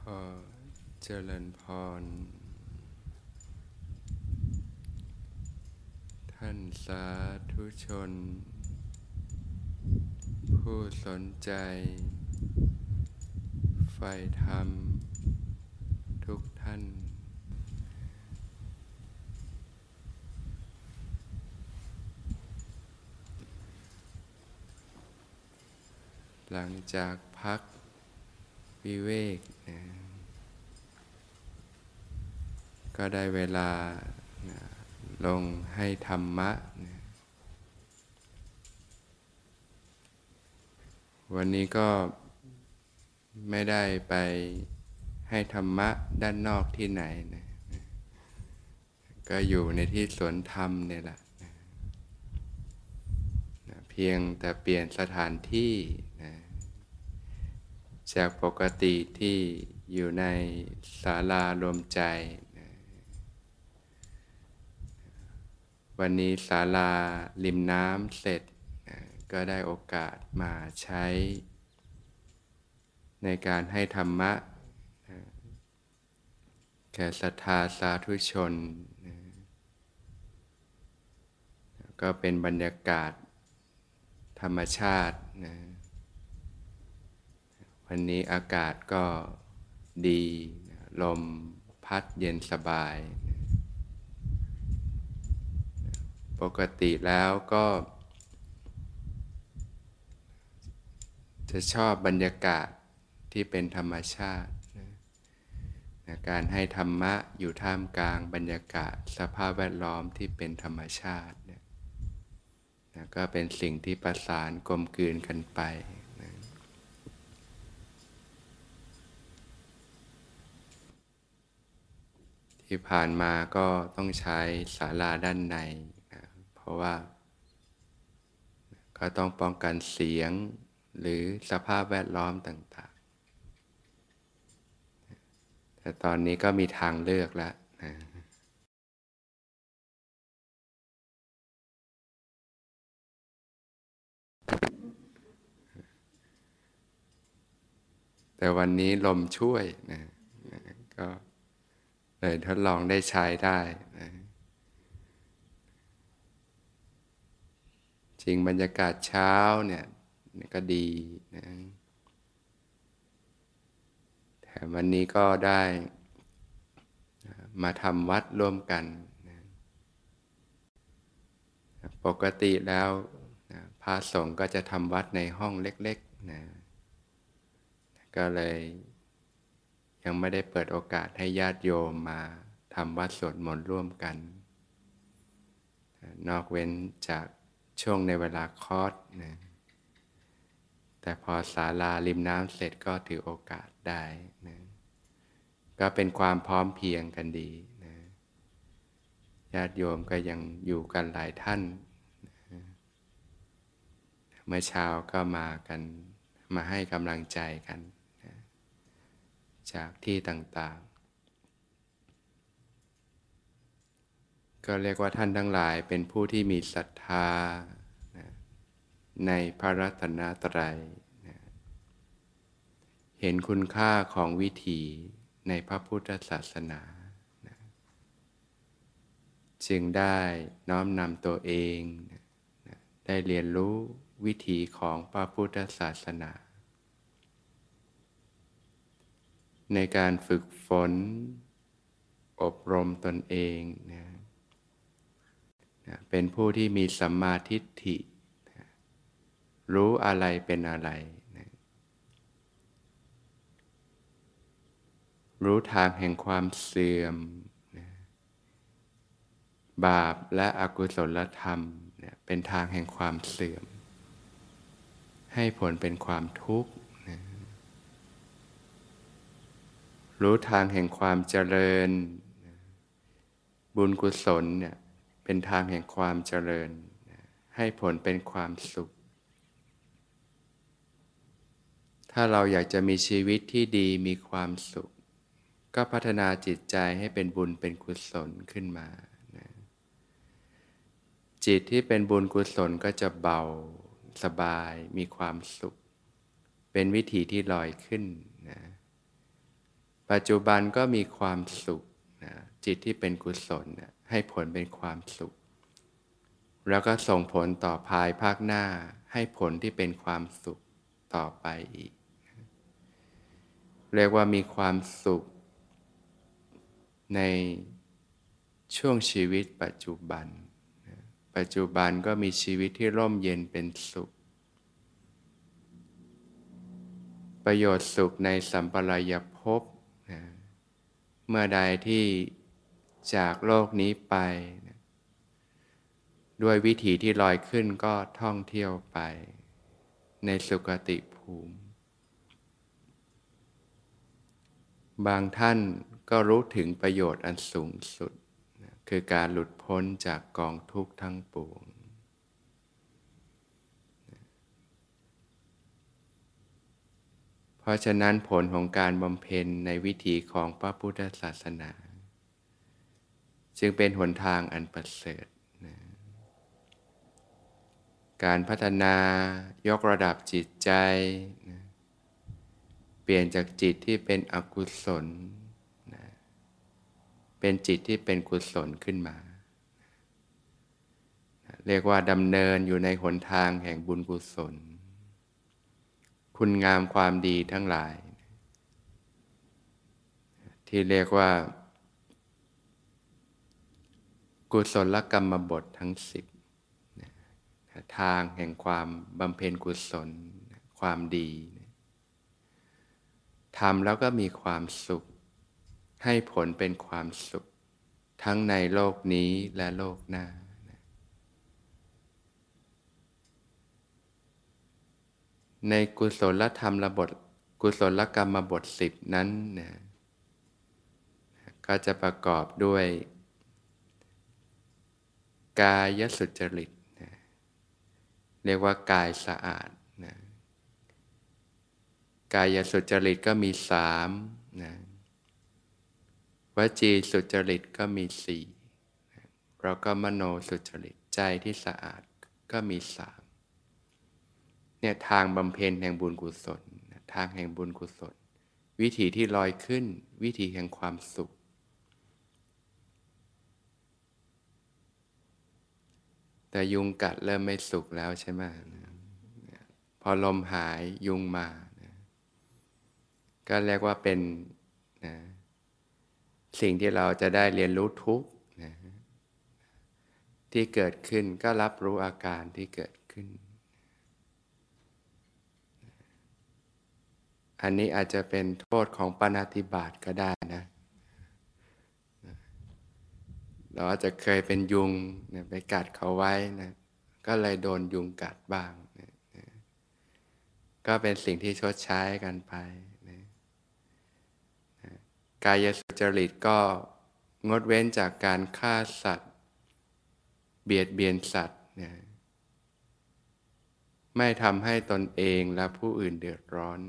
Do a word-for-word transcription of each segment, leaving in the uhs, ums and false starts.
ขอเจริญพรท่านสาธุชนผู้สนใจใฝ่ธรรมทุกท่านหลังจากพักวิเวกนะก็ได้เวลานะลงให้ธรรมะนะวันนี้ก็ไม่ได้ไปให้ธรรมะด้านนอกที่ไหนนะก็อยู่ในที่สวนธรรมเนี่ยแหละนะเพียงแต่เปลี่ยนสถานที่นะจากปกติที่อยู่ในศาลารวมใจนะวันนี้ศาลาริมน้ำเสร็จนะก็ได้โอกาสมาใช้ในการให้ธรรมะนะแก่ศรัทธาสาธุชนนะก็เป็นบรรยากาศธรรมชาตินะวันนี้อากาศก็ดีลมพัดเย็นสบายปกติแล้วก็จะชอบบรรยากาศที่เป็นธรรมชาตินะการให้ธรรมะอยู่ท่ามกลางบรรยากาศสภาพแวดล้อมที่เป็นธรรมชาตินะนะก็เป็นสิ่งที่ประสานกลมกลืนกันไปนะที่ผ่านมาก็ต้องใช้ศาลาด้านในนะเพราะว่าก็ต้องป้องกันเสียงหรือสภาพแวดล้อมต่างๆแต่ตอนนี้ก็มีทางเลือกแล้วนะแต่วันนี้ลมช่วยนะนะก็เลยทดลองได้ใช้ได้นะจริงบรรยากาศเช้าเนี่ยก็ดีนะแต่วันนี้ก็ได้มาทำวัดร่วมกันนะปกติแล้วนะพระสงฆ์ก็จะทำวัดในห้องเล็กๆนะก็เลยยังไม่ได้เปิดโอกาสให้ญาติโยมมาทำวัดสวดมนต์ร่วมกันนอกเว้นจากช่วงในเวลาคอร์สนะแต่พอศาลาริมน้ำเสร็จก็ถือโอกาสได้นะก็เป็นความพร้อมเพรียงกันดีนะญาติโยมก็ยังอยู่กันหลายท่านนะเมื่อเช้าก็มากันมาให้กำลังใจกันนะจากที่ต่างๆก็เรียกว่าท่านทั้งหลายเป็นผู้ที่มีศรัทธานะในพระรัตนตรัยนะเห็นคุณค่าของวิถีในพระพุทธศาสนานะจึงได้น้อมนำตัวเองนะนะได้เรียนรู้วิถีของพระพุทธศาสนาในการฝึกฝนอบรมตนเองนะนะเป็นผู้ที่มีสัมมาทิฏฐินะรู้อะไรเป็นอะไรนะรู้ทางแห่งความเสื่อมนะบาปและอกุศลธรรมนะเป็นทางแห่งความเสื่อมให้ผลเป็นความทุกข์นะรู้ทางแห่งความเจริญนะบุญกุศลเนี่ยเป็นทางแห่งความเจริญนะให้ผลเป็นความสุขถ้าเราอยากจะมีชีวิตที่ดีมีความสุขก็พัฒนาจิตใจให้เป็นบุญเป็นกุศลขึ้นมานะจิตที่เป็นบุญกุศลก็จะเบาสบายมีความสุขเป็นวิถีที่ลอยขึ้นนะปัจจุบันก็มีความสุขนะจิตที่เป็นกุศลนะให้ผลเป็นความสุขแล้วก็ส่งผลต่อภายภาคหน้าให้ผลที่เป็นความสุขต่อไปอีกเรียกว่ามีความสุขในช่วงชีวิตปัจจุบันปัจจุบันก็มีชีวิตที่ร่มเย็นเป็นสุขประโยชน์สุขในสัมปรายภพนะเมื่อใดที่จากโลกนี้ไปนะด้วยวิถีที่ลอยขึ้นก็ท่องเที่ยวไปในสุคติภูมิบางท่านก็รู้ถึงประโยชน์อันสูงสุดนะคือการหลุดพ้นจากกองทุกข์ทั้งปวงเพราะฉะนั้นผลของการบำเพ็ญในวิถีของพระพุทธศาสนาจึงเป็นหนทางอันประเสริฐนะการพัฒนายกระดับจิตใจนะเปลี่ยนจากจิตที่เป็นอกุศลนะเป็นจิตที่เป็นกุศลขึ้นมานะเรียกว่าดำเนินอยู่ในหนทางแห่งบุญกุศลคุณงามความดีทั้งหลายที่เรียกว่ากุศลกรรมบททั้งสิบทางแห่งความบำเพ็ญกุศลความดีทำแล้วก็มีความสุขให้ผลเป็นความสุขทั้งในโลกนี้และโลกหน้าในกุศลธรรมบทกุศลกรรมบทสิบนั้นนะก็จะประกอบด้วยกายสุจริตนะเรียกว่ากายสะอาดนะกายสุจริตก็มีสามนะวจีสุจริตก็มีสี่นะแล้วก็มโนสุจริตใจที่สะอาดก็มีสามเนี่ยทางบำเพ็ญแห่งบุญกุศลทางแห่งบุญกุศลวิถีที่ลอยขึ้นวิถีแห่งความสุขแต่ยุงกัดเริ่มไม่สุขแล้วใช่ไหมพอลมหายยุงมานะก็เรียกว่าเป็นนะสิ่งที่เราจะได้เรียนรู้ทุกข์นะที่เกิดขึ้นก็รับรู้อาการที่เกิดขึ้นอันนี้อาจจะเป็นโทษของปาณาติบาตก็ได้นะเราอาจจะเคยเป็นยุงนะไปกัดเขาไว้นะก็เลยโดนยุงกัดบ้างนะนะก็เป็นสิ่งที่ชดใช้กันไปนะนะกายสุจริตก็งดเว้นจากการฆ่าสัตว์เบียดเบียนสัตว์นะไม่ทำให้ตนเองและผู้อื่นเดือดร้อน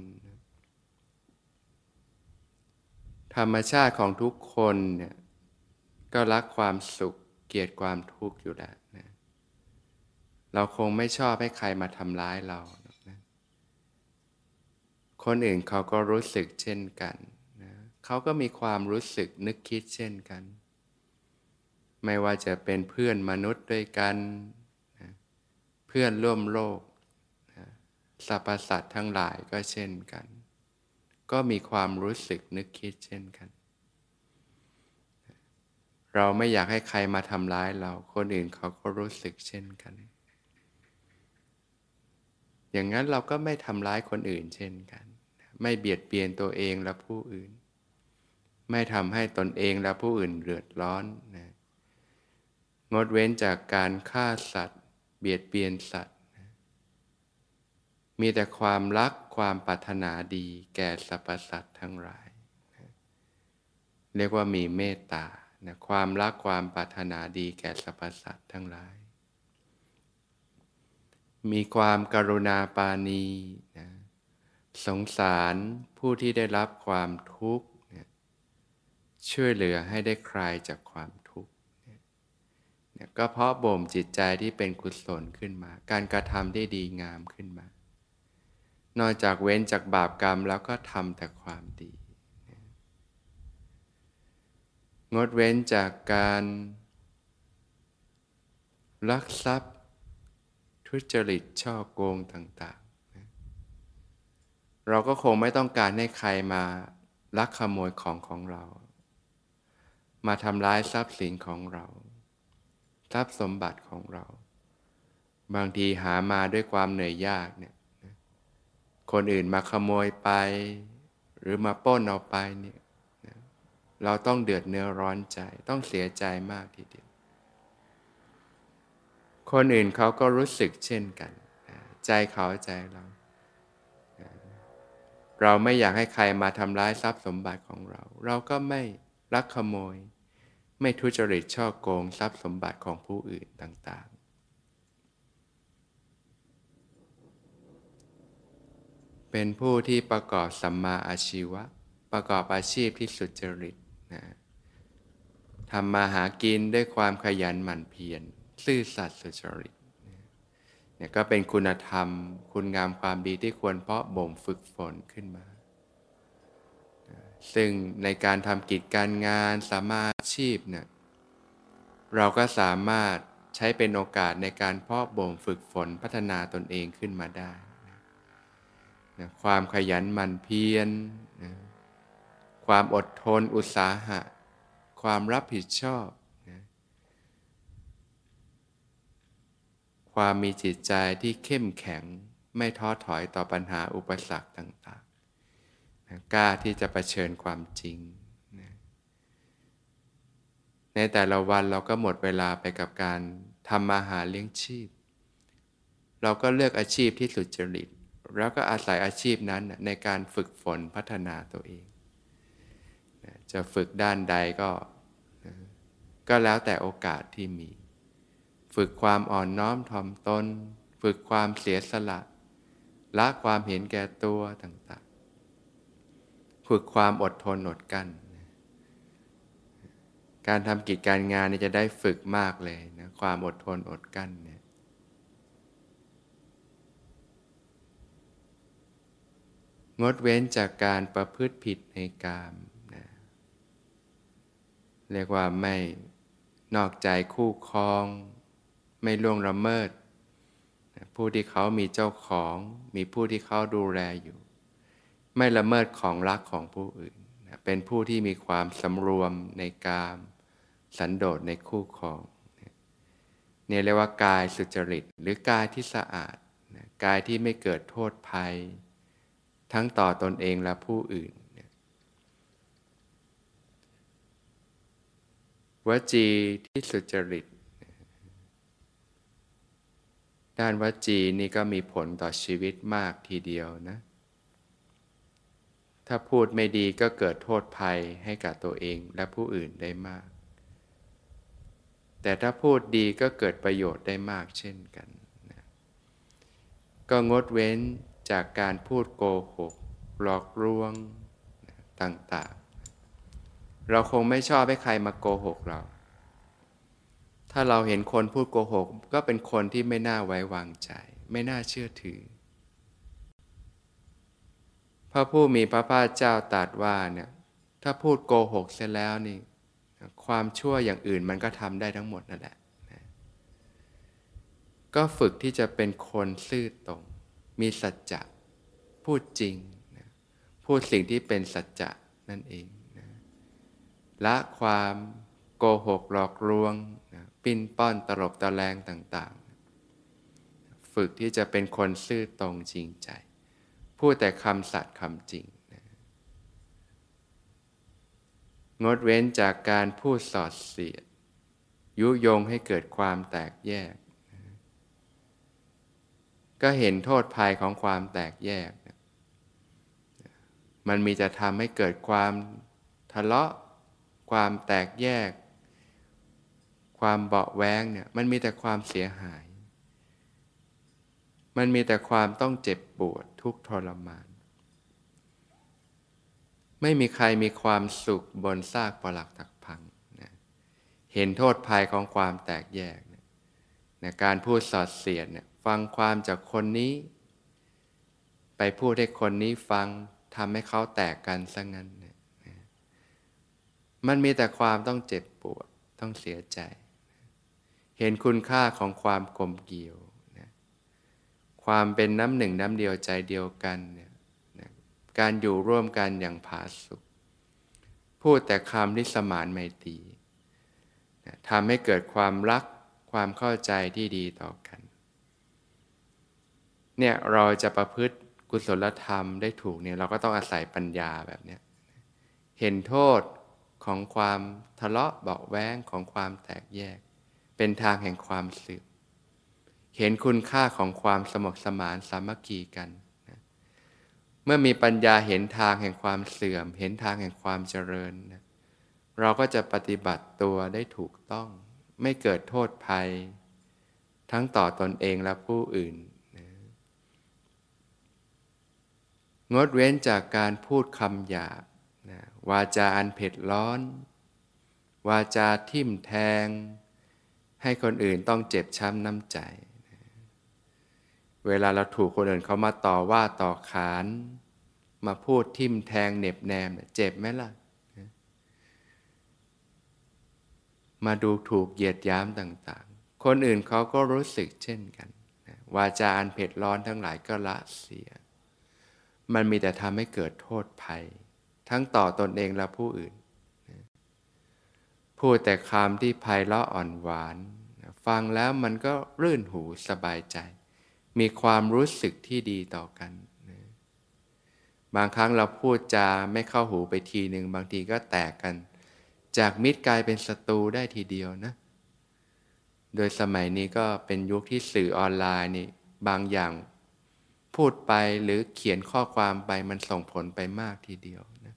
ธรรมชาติของทุกคนเนี่ยก็รักความสุขเกลียดความทุกข์อยู่แล้วนะเราคงไม่ชอบให้ใครมาทำร้ายเรานะคนอื่นเขาก็รู้สึกเช่นกันนะเขาก็มีความรู้สึกนึกคิดเช่นกันไม่ว่าจะเป็นเพื่อนมนุษย์ด้วยกันนะเพื่อนร่วมโลกนะสรรพสัตว์ทั้งหลายก็เช่นกันก็มีความรู้สึกนึกคิดเช่นกันเราไม่อยากให้ใครมาทำร้ายเราคนอื่นเขาก็รู้สึกเช่นกันอย่างนั้นเราก็ไม่ทำร้ายคนอื่นเช่นกันไม่เบียดเบียนตัวเองและผู้อื่นไม่ทำให้ตนเองและผู้อื่นเดือดร้อนนะงดเว้นจากการฆ่าสัตว์เบียดเบียนสัตว์นะมีแต่ความรักความปรารถนาดีแก่สรรพสัตว์ทั้งหลายนะเรียกว่ามีเมตตานะความรักความปรารถนาดีแก่สรรพสัตว์ทั้งหลายมีความกรุณาปราณีนะสงสารผู้ที่ได้รับความทุกข์นะช่วยเหลือให้ได้คลายจากความทุกข์นะก็เพราะบ่มจิตใจที่เป็นกุศลขึ้นมาการกระทำได้ดีงามขึ้นมานอกจากเว้นจากบาปกรรมแล้วก็ทำแต่ความดีนะงดเว้นจากการลักทรัพย์ทุจริตช่อโกงต่างๆเราก็คงไม่ต้องการให้ใครมาลักขโมยของของเรามาทำร้ายทรัพย์สินของเราทรัพย์สมบัติของเราบางทีหามาด้วยความเหนื่อยยากเนี่ยคนอื่นมาขโมยไปหรือมาปล้นเอาไปเนี่ยเราต้องเดือดเนื้อร้อนใจต้องเสียใจมากทีเดียวคนอื่นเขาก็รู้สึกเช่นกันใจเขาใจเราเราไม่อยากให้ใครมาทำร้ายทรัพย์สมบัติของเราเราก็ไม่ลักขโมยไม่ทุจริตช่อโกงทรัพย์สมบัติของผู้อื่นต่างๆเป็นผู้ที่ประกอบสัมมาอาชีวะประกอบอาชีพที่สุจริตนะทำมาหากินด้วยความขยันหมั่นเพียรซื่อสัตย์สุจริตเนี่ยก็เป็นคุณธรรมคุณงามความดีที่ควรเพาะบ่มฝึกฝนขึ้นมาซึ่งในการทำกิจการงานสามารถอาชีพเนี่ยเราก็สามารถใช้เป็นโอกาสในการเพาะบ่มฝึกฝนพัฒนาตนเองขึ้นมาได้นะความขยันหมั่นเพียรนะความอดทนอุตสาหะความรับผิดชอบนะความมีจิตใจที่เข้มแข็งไม่ท้อถอยต่อปัญหาอุปสรรคต่างๆนะกล้าที่จะเผชิญความจริงนะในแต่ละวันเราก็หมดเวลาไปกับการทำมาหาเลี้ยงชีพเราก็เลือกอาชีพที่สุจริตแล้วก็อาศัยอาชีพนั้นในการฝึกฝนพัฒนาตัวเองจะฝึกด้านใดก็ก็แล้วแต่โอกาสที่มีฝึกความอ่อนน้อมถ่อมตนฝึกความเสียสละละความเห็นแก่ตัวต่างๆฝึกความอดทนอดกลั้นการทำกิจการงานนี่จะได้ฝึกมากเลยนะความอดทนอดกลั้นเนี่ยงดเว้นจากการประพฤติผิดในกามนะเรียกว่าไม่นอกใจคู่ครองไม่ล่วงละเมิดนะผู้ที่เขามีเจ้าของมีผู้ที่เขาดูแลอยู่ไม่ละเมิดของรักของผู้อื่นนะเป็นผู้ที่มีความสำรวมในกามสันโดษในคู่ครองเนี่ยเรียกว่ากายสุจริตหรือกายที่สะอาดนะกายที่ไม่เกิดโทษภัยทั้งต่อตนเองและผู้อื่นวจีที่สุจริตด้านวจีนี่ก็มีผลต่อชีวิตมากทีเดียวนะถ้าพูดไม่ดีก็เกิดโทษภัยให้กับตัวเองและผู้อื่นได้มากแต่ถ้าพูดดีก็เกิดประโยชน์ได้มากเช่นกันนะก็งดเว้นจากการพูดโกหกหลอกลวงนะต่างๆเราคงไม่ชอบให้ใครมาโกหกเราถ้าเราเห็นคนพูดโกหกก็เป็นคนที่ไม่น่าไว้วางใจไม่น่าเชื่อถือพระผู้มีพระภาคเจ้าตรัสว่าเนี่ยถ้าพูดโกหกเสร็จแล้วนี่ความชั่วอย่างอื่นมันก็ทำได้ทั้งหมดนั่นแหละก็ฝึกที่จะเป็นคนซื่อตรงมีสัจจะพูดจริงนะพูดสิ่งที่เป็นสัจจะนั่นเองนะละความโกหกหลอกลวงนะปิ้นป้อนตลบตะแลงต่างๆฝึกที่จะเป็นคนซื่อตรงจริงใจพูดแต่คำสัตย์คำจริงนะงดเว้นจากการพูดส่อเสียดยุยงให้เกิดความแตกแยกก็เห็นโทษภัยของความแตกแยกมันมีจะทำให้เกิดความทะเลาะความแตกแยกความเบาะแว้งเนี่ยมันมีแต่ความเสียหายมันมีแต่ความต้องเจ็บปวดทุกข์ทรมานไม่มีใครมีความสุขบนซากปรักหักพังนะเห็นโทษภัยของความแตกแยกนะนะการพูดสอดเสียดเนี่ยฟังความจากคนนี้ไปพูดให้คนนี้ฟังทำให้เขาแตกกันซะงั้นนะมันมีแต่ความต้องเจ็บปวดต้องเสียใจเห็นคุณค่าของความกลมเกลียวนะความเป็นน้ำหนึ่งน้ำเดียวใจเดียวกันเนี่ยนะการอยู่ร่วมกันอย่างผาสุกพูดแต่คำที่สมานไมตรีนะทำให้เกิดความรักความเข้าใจที่ดีต่อกันเนี่ยเราจะประพฤติกุศลธรรมได้ถูกเนี่ยเราก็ต้องอาศัยปัญญาแบบเนี้ยเห็นโทษของความทะเลาะเบาะแว้งของความแตกแยกเป็นทางแห่งความเสื่อมเห็นคุณค่าของความสมัครสมานสามัคคีกันนะเมื่อมีปัญญาเห็นทางแห่งความเสื่อมเห็นทางแห่งความเจริญนะเราก็จะปฏิบัติตัวได้ถูกต้องไม่เกิดโทษภัยทั้งต่อตนเองและผู้อื่นนะงดเว้นจากการพูดคำหยาบนะวาจาอันเผ็ดร้อนวาจาทิ่มแทงให้คนอื่นต้องเจ็บช้ำน้ำใจนะเวลาเราถูกคนอื่นเขามาต่อว่าต่อขานมาพูดทิ่มแทงเหน็บแนมเจ็บไหมล่ะนะมาดูถูกเหยียดหยามต่างๆคนอื่นเขาก็รู้สึกเช่นกันนะวาจาอันเผ็ดร้อนทั้งหลายก็ละเสียมันมีแต่ทำให้เกิดโทษภัยทั้งต่อตนเองและผู้อื่นนะพูดแต่คำที่ไพเราะอ่อนหวานนะฟังแล้วมันก็รื่นหูสบายใจมีความรู้สึกที่ดีต่อกันนะบางครั้งเราพูดจาไม่เข้าหูไปทีหนึ่งบางทีก็แตกกันจากมิตรกลายเป็นศัตรูได้ทีเดียวนะโดยสมัยนี้ก็เป็นยุคที่สื่อออนไลน์นี่บางอย่างพูดไปหรือเขียนข้อความไปมันส่งผลไปมากทีเดียวนะ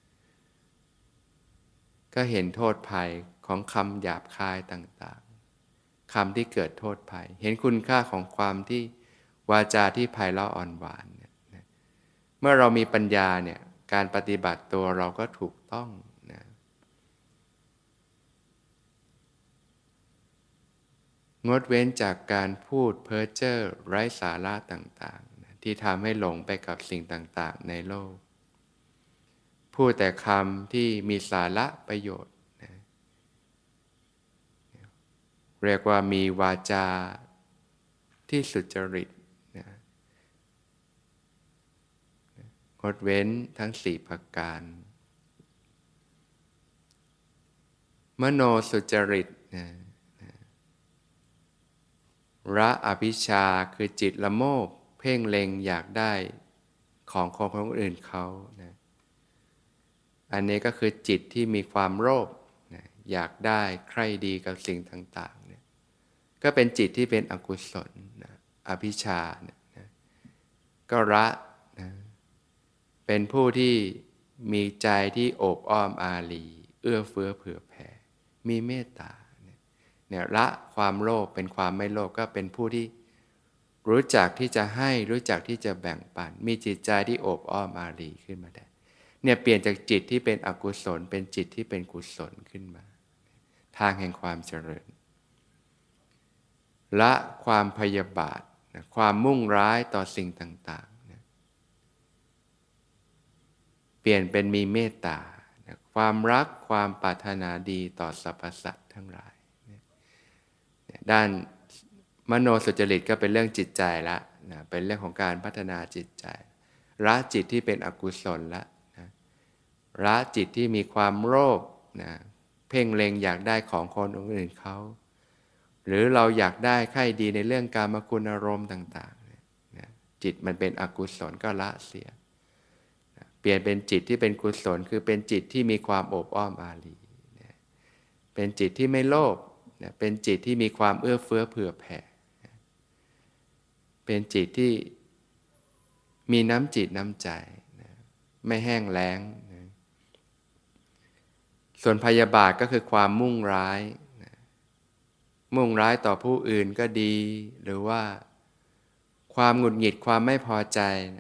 ก็เห็นโทษภัยของคำหยาบคายต่างๆคำที่เกิดโทษภัยเห็นคุณค่าของความที่วาจาที่ไพเราะอ่อนหวานเนี่ยนะเมื่อเรามีปัญญาเนี่ยการปฏิบัติตัวเราก็ถูกต้องนะงดเว้นจากการพูดเพ้อเจ้อไร้สาระต่างๆนะที่ทำให้หลงไปกับสิ่งต่างๆในโลกพูดแต่คำที่มีสาระประโยชน์นะเรียกว่ามีวาจาที่สุจริตนะงดเว้นทั้งสี่ประการมโนสุจริตนะระอภิชาคือจิตละโมบเพ่งเล็งอยากได้ของของคนอื่นเขานะอันนี้ก็คือจิตที่มีความโลภนะอยากได้ใคร่ดีกับสิ่งต่างๆเนี่ยก็เป็นจิตที่เป็นอกุศลนะอภิชานะนะก็ระนะเป็นผู้ที่มีใจที่โอบอ้อมอารีเอื้อเฟื้อเผื่อแผ่มีเมตตาเนี่ยละความโลภเป็นความไม่โลภก็เป็นผู้ที่รู้จักที่จะให้รู้จักที่จะแบ่งปันมีจิตใจที่โอบอ้อมอารีขึ้นมาได้เนี่ยเปลี่ยนจากจิตที่เป็นอกุศลเป็นจิตที่เป็นกุศลขึ้นมาทางแห่งความเจริญละความพยาบาทความมุ่งร้ายต่อสิ่งต่างๆนะเปลี่ยนเป็นมีเมตตาความรักความปรารถนาดีต่อสรรพสัตว์ทั้งหลายด้านมโนสุจริตก็เป็นเรื่องจิตใจละนะเป็นเรื่องของการพัฒนาจิตใจละจิตที่เป็นอกุศลละนะละจิตที่มีความโลภนะเพ่งเล็งอยากได้ของคนอื่นเขาหรือเราอยากได้ใคร่ดีในเรื่องกามคุณอารมณ์ต่างๆนะจิตมันเป็นอกุศลก็ละเสียนะเปลี่ยนเป็นจิตที่เป็นกุศลคือเป็นจิตที่มีความโอบอ้อมอารีนะเป็นจิตที่ไม่โลภเป็นจิตที่มีความเอื้อเฟื้อเผื่อแผ่เป็นจิตที่มีน้ำจิตน้ำใจไม่แห้งแล้งส่วนพยาบาทก็คือความมุ่งร้ายมุ่งร้ายต่อผู้อื่นก็ดีหรือว่าความหงุดหงิดความไม่พอใจ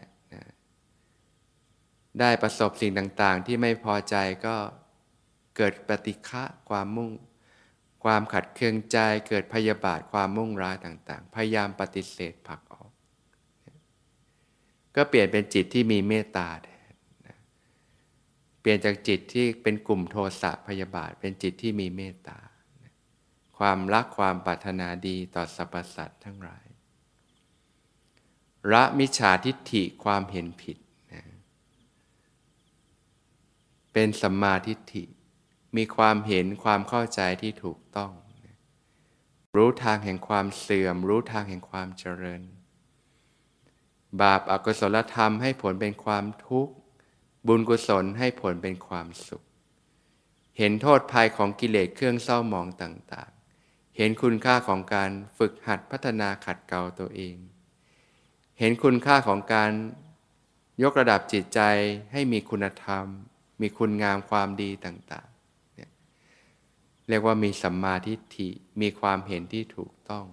ได้ประสบสิ่งต่างๆที่ไม่พอใจก็เกิดปฏิฆะความมุ่งความขัดเคืองใจเกิดพยาบาทความมุ่งร้ายต่างๆพยายามปฏิเสธผลักออกก็เปลี่ยนเป็นจิตที่มีเมตตาแทนเปลี่ยนจากจิตที่เป็นกลุ่มโทสะพยาบาทเป็นจิตที่มีเมตตาความรักความปรารถนาดีต่อสรรพสัตว์ทั้งหลายละมิจฉาทิฏฐิความเห็นผิดนะเป็นสัมมาทิฏฐิมีความเห็นความเข้าใจที่ถูกต้องนะรู้ทางแห่งความเสื่อมรู้ทางแห่งความเจริญบาปอกุศลธรรมให้ผลเป็นความทุกข์บุญกุศลให้ผลเป็นความสุขเห็นโทษภัยของกิเลสเครื่องเศร้าหมองต่างๆเห็นคุณค่าของการฝึกหัดพัฒนาขัดเกลาตัวเองเห็นคุณค่าของการยกระดับจิตใจให้มีคุณธรรมมีคุณงามความดีต่างๆเนี่ยเรียกว่ามีสัมมาทิฏฐิมีความเห็นที่ถูกต้อง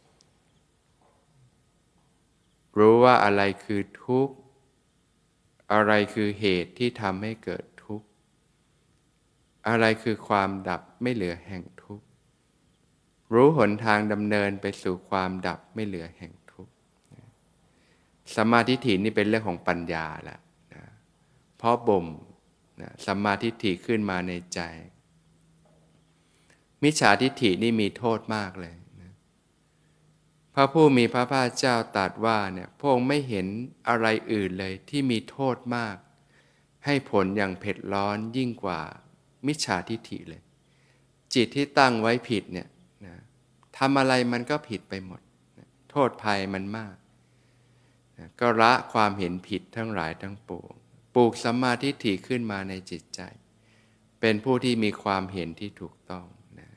รู้ว่าอะไรคือทุกข์อะไรคือเหตุที่ทำให้เกิดทุกข์อะไรคือความดับไม่เหลือแห่งทุกข์รู้หนทางดำเนินไปสู่ความดับไม่เหลือแห่งทุกข์สัมมาทิฏฐินี่เป็นเรื่องของปัญญาแหละนะเพราะบ่มนะสัมมาทิฏฐิขึ้นมาในใจมิจฉาทิฏฐินี่มีโทษมากเลยนะพระผู้มีพระภาคเจ้าตรัสว่าเนี่ยพระองค์ไม่เห็นอะไรอื่นเลยที่มีโทษมากให้ผลอย่างเผ็ดร้อนยิ่งกว่ามิจฉาทิฏฐิเลยจิตที่ตั้งไว้ผิดเนี่ยนะทำอะไรมันก็ผิดไปหมดนะโทษภัยมันมากนะก็ละความเห็นผิดทั้งหลายทั้งปวงปลูกสัมมาทิฏฐิขึ้นมาในจิตใจเป็นผู้ที่มีความเห็นที่ถูกต้องนะ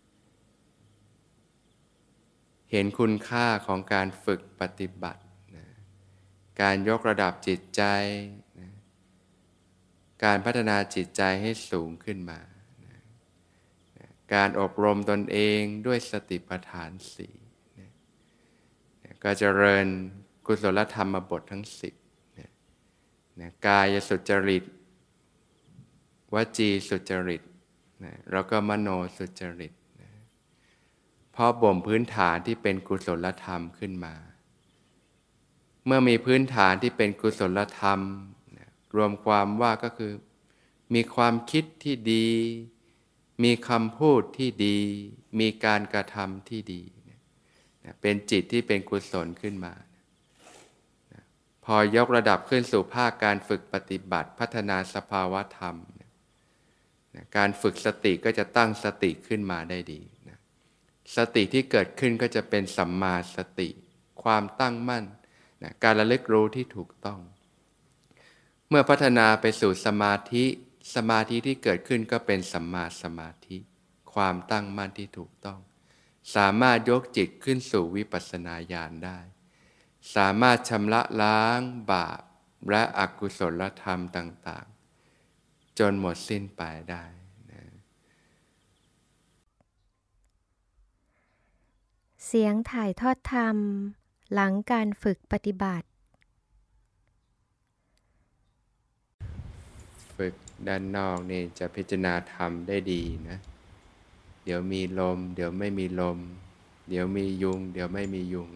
เห็นคุณค่าของการฝึกปฏิบัตินะการยกระดับจิตใจนะการพัฒนาจิตใจให้สูงขึ้นมานะการอบรมตนเองด้วยสติปัฏฐานสี่นะก็เจริญกุศลธรรมบททั้งสิบนะนะกายสุจริตวจีสุจริตนะแล้วก็มโนสุจริตนะเพราะบ่มพื้นฐานที่เป็นกุศลธรรมขึ้นมาเมื่อมีพื้นฐานที่เป็นกุศลธรรมนะรวมความว่าก็คือมีความคิดที่ดีมีคำพูดที่ดีมีการกระทำที่ดีนะนะเป็นจิตที่เป็นกุศลขึ้นมานะพอยกระดับขึ้นสู่ภาคการฝึกปฏิบัติพัฒนาสภาวะธรรมนะนะการฝึกสติก็จะตั้งสติขึ้นมาได้ดีนะสติที่เกิดขึ้นก็จะเป็นสัมมาสติความตั้งมั่นนะการระลึกรู้ที่ถูกต้องเมื่อพัฒนาไปสู่สมาธิสมาธิที่เกิดขึ้นก็เป็นสัมมาสมาธิความตั้งมั่นที่ถูกต้องสามารถยกจิตขึ้นสู่วิปัสสนาญาณได้สามารถชำระล้างบาปและอกุศลธรรมต่างๆจนหมดสิ้นไปได้นะเสียงถ่ายทอดธรรมหลังการฝึกปฏิบัติฝึกด้านนอกนี่จะพิจารณาธรรมได้ดีนะเดี๋ยวมีลมเดี๋ยวไม่มีลมเดี๋ยวมียุงเดี๋ยวไม่มียุง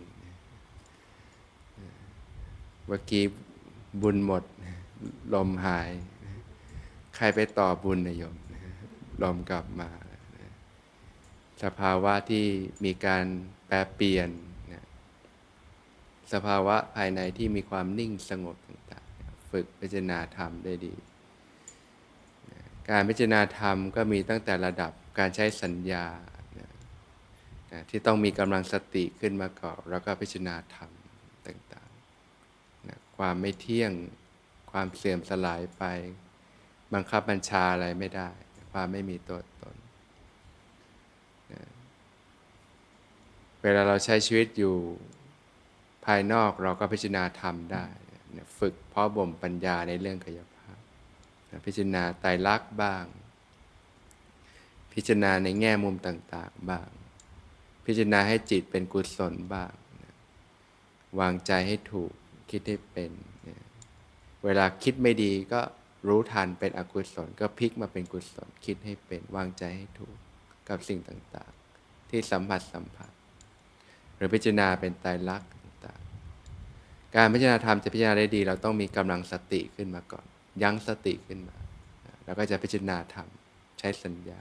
เมื่อกี้บุญหมดลมหายใครไปต่อบุญนะโยมลมกลับมาสภาวะที่มีการแปรเปลี่ยนสภาวะภายในที่มีความนิ่งสงบต่างๆฝึกพิจารณาธรรมได้ดีการพิจารณาธรรมก็มีตั้งแต่ระดับการใช้สัญญาที่ต้องมีกำลังสติขึ้นมาก่อนแล้วก็พิจารณาธรรมต่างๆความไม่เที่ยงความเสื่อมสลายไปบังคับบัญชาอะไรไม่ได้ความไม่มีตัวตนเวลาเราใช้ชีวิตอยู่ภายนอกเราก็พิจารณาธรรมได้ฝึกเพาะบ่มปัญญาในเรื่องกายภาพพิจารณาไตรลักษณ์บ้างพิจารณาในแง่มุมต่างๆบ้างพิจารณาให้จิตเป็นกุศลบ้างวางใจให้ถูกคิดให้เป็นเวลาคิดไม่ดีก็รู้ทันเป็นอกุศลก็พลิกมาเป็นกุศลคิดให้เป็นวางใจให้ถูกกับสิ่งต่างๆที่สัมผัสสัมผัสหรือพิจารณาเป็นไตรลักษณ์ต่างๆการพิจารณาธรรมจะพิจารณาได้ดีเราต้องมีกำลังสติขึ้นมาก่อนยั้งสติขึ้นมาแล้วก็จะพิจารณาธรรมใช้สัญญา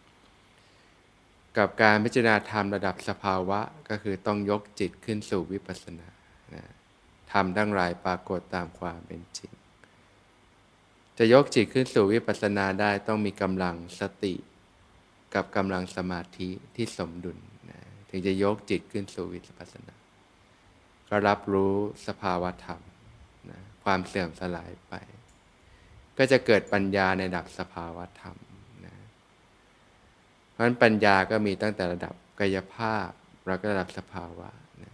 กับการพิจารณาธรรมระดับสภาวะก็คือต้องยกจิตขึ้นสู่วิปัสสนานะธรรมทั้งหลายปรากฏตามความเป็นจริงจะยกจิตขึ้นสู่วิปัสสนาได้ต้องมีกำลังสติกับกำลังสมาธิที่สมดุลนะถึงจะยกจิตขึ้นสู่วิปัสสนาก็รับรู้สภาวะธรรมนะความเสื่อมสลายไปก็จะเกิดปัญญาในระดับสภาวะธรรมนะเพราะฉะนั้นปัญญาก็มีตั้งแต่ระดับกายภาพแล้วก็ระดับสภาวะนะ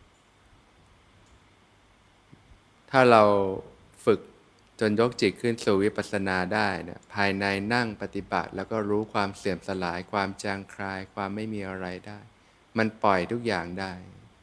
ถ้าเราฝึกจนยกจิตขึ้นสู่วิปัสสนาได้เนี่ยภายในนั่งปฏิบัติแล้วก็รู้ความเสื่อมสลายความจางคลายความไม่มีอะไรได้มันปล่อยทุกอย่างได้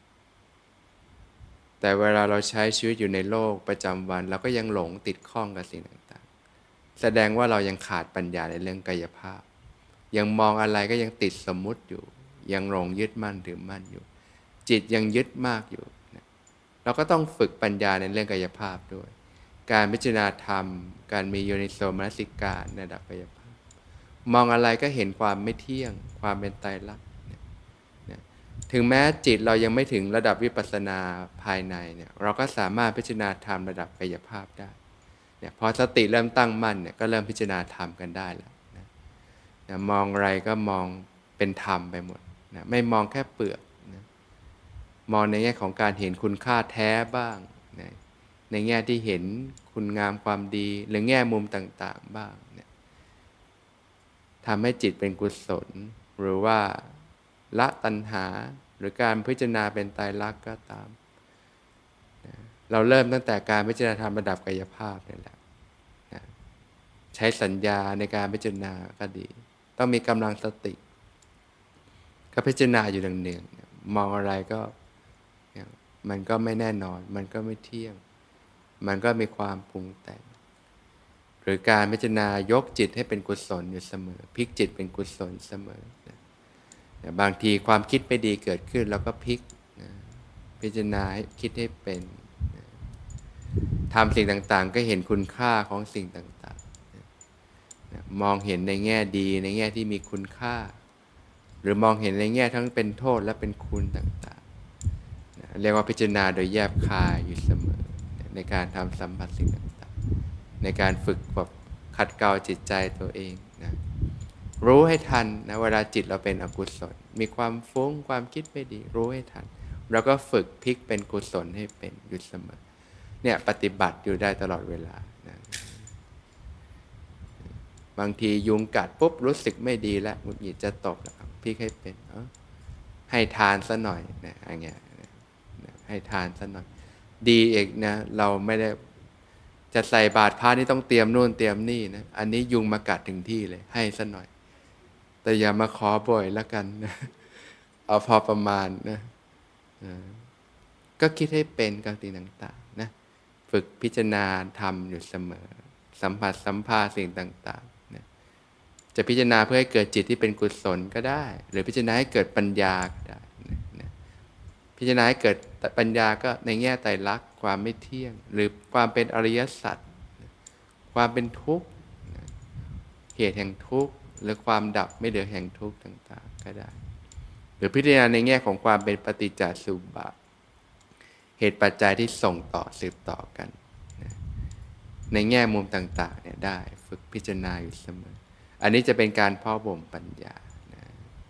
แต่เวลาเราใช้ชีวิตอยู่ในโลกประจำวันเราก็ยังหลงติดข้องกับสิ่งต่างๆแสดงว่าเรายังขาดปัญญาในเรื่องกายภาพยังมองอะไรก็ยังติดสมมุติอยู่ยังหลงยึดมั่นถือมั่นอยู่จิตยังยึดมากอยู่เราก็ต้องฝึกปัญญาในเรื่องกายภาพด้วยการพิจารณาธรรมการมีโยนิโสมนสิการในระดับกายภาพมองอะไรก็เห็นความไม่เที่ยงความเป็นไตรลักษณ์ถึงแม้จิตเรายังไม่ถึงระดับวิปัสสนาภายในเนี่ยเราก็สามารถพิจารณาธรรมระดับกายภาพได้เนี่ยพอสติเริ่มตั้งมั่นเนี่ยก็เริ่มพิจารณาธรรมกันได้แล้วนะนะมองอะไรก็มองเป็นธรรมไปหมดนะไม่มองแค่เปลือกนะมองในแง่ของการเห็นคุณค่าแท้บ้างนะในแง่ที่เห็นคุณงามความดีหรือแง่มุมต่างๆบ้างเนี่ยทำให้จิตเป็นกุศลหรือว่าละตัณหาหรือการพิจารณาเป็นไตรลักษณ์ก็ตามนะเราเริ่มตั้งแต่การพิจารณาธรรมระดับกายภาพนี่แหละนะใช้สัญญาในการพิจารณาก็ดีต้องมีกำลังสติก็พิจารณาอยู่เนืองๆมองอะไรก็มันก็ไม่แน่นอนมันก็ไม่เที่ยงมันก็มีความปรุงแต่งหรือการพิจารณายกจิตให้เป็นกุศลอยู่เสมอพลิกจิตเป็นกุศลเสมอบางทีความคิดไม่ดีเกิดขึ้นแล้วก็พลิกนะพิจารณาให้คิดให้เป็นนะทำสิ่งต่างๆก็เห็นคุณค่าของสิ่งต่างๆนะมองเห็นในแง่ดีในแง่ที่มีคุณค่าหรือมองเห็นในแง่ทั้งเป็นโทษและเป็นคุณต่างๆนะเรียกว่าพิจารณาโดยแยบคายอยู่เสมอนะในการทำสัมผัสสิ่งต่างๆในการฝึกแบบขัดเกลาจิตใจตัวเองนะรู้ให้ทันนะเวลาจิตเราเป็นอกุศลมีความฟุ้งความคิดไม่ดีรู้ให้ทันเราก็ฝึกพลิกเป็นกุศลให้เป็นอยู่เสมอเนี่ยปฏิบัติอยู่ได้ตลอดเวลานะบางทียุงกัดปุ๊บรู้สึกไม่ดีแล้วหงุดหงิดจะตกแล้วพลิกให้เป็นเออให้ทานซะหน่อยนะอย่างเงี้ยให้ทานซะหน่อยดีเองนะเราไม่ได้จะใส่บาตรพระนี่ต้องเตรียมนู่นเตรียมนี่นะอันนี้ยุงมากัดถึงที่เลยให้ซะหน่อยแต่อย่ามาขอบ่อยแล้วกันนะเอาพอประมาณนะก็คิดให้เป็นกับสิ่งต่างๆนะฝึกพิจารณาธรรมอยู่เสมอสัมผัสสัมภาสิ่งต่างๆนะจะพิจารณาเพื่อให้เกิดจิตที่เป็นกุศลก็ได้หรือพิจารณาให้เกิดปัญญาก็ได้นะนะพิจารณาให้เกิดปัญญาก็ในแง่ไตรลักษณ์ความไม่เที่ยงหรือความเป็นอริยสัจความเป็นทุกข์เหตุแห่งทุกข์หรือความดับไม่เหลือแห่งทุกข์ต่างๆก็ได้หรือพิจารณาในแง่ของความเป็นปฏิจจสมุปบาทเหตุปัจจัยที่ส่งต่อสืบต่อกันนะในแง่มุมต่างๆเนี่ยได้ฝึกพิจารณาอยู่เสมออันนี้จะเป็นการเพาะบ่มปัญญานะ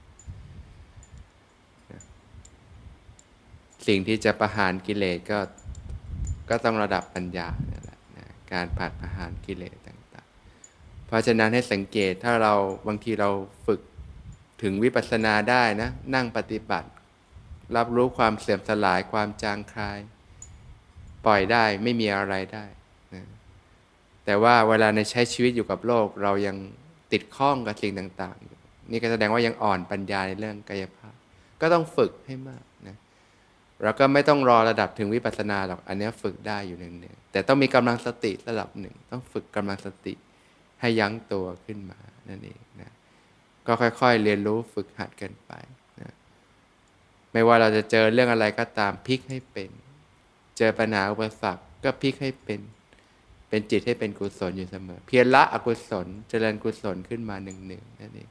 นะสิ่งที่จะประหารกิเลสก็ก็ต้องระดับปัญญานั่นแหละนะการผัดประหารกิเลสเพราะฉะนั้นให้สังเกตถ้าเราบางทีเราฝึกถึงวิปัสสนาได้นะนั่งปฏิบัติรับรู้ความเสื่อมสลายความจางคลายปล่อยได้ไม่มีอะไรได้นะแต่ว่าเวลาในใช้ชีวิตอยู่กับโลกเรายังติดข้องกับสิ่งต่างๆอยู่นี่ก็แสดงว่ายังอ่อนปัญญาในเรื่องกายภาพก็ต้องฝึกให้มากนะเราก็ไม่ต้องรอระดับถึงวิปัสสนาหรอกอันนี้ฝึกได้อยู่หนึ่งๆแต่ต้องมีกำลังสติระดับหนึ่งต้องฝึกกำลังสติให้ยั้งตัวขึ้นมานั่นเองนะก็ค่อยๆเรียนรู้ฝึกหัดกันไปนะไม่ว่าเราจะเจอเรื่องอะไรก็ตามพลิกให้เป็นเจอปัญหาอุปสรรคก็พลิกให้เป็นเป็นจิตให้เป็นกุศลอยู่เสมอเพียรละอกุศลเจริญกุศลขึ้นมาหนึ่งหนึ่งนั่นเอง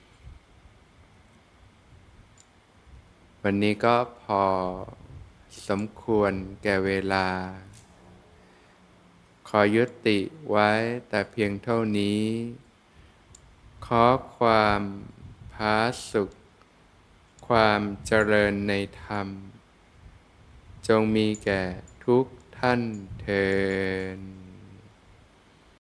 วันนี้ก็พอสมควรแก่เวลาขอยุติไว้แต่เพียงเท่านี้ขอความผาสุกความเจริญในธรรมจงมีแก่ทุกท่านเทอญ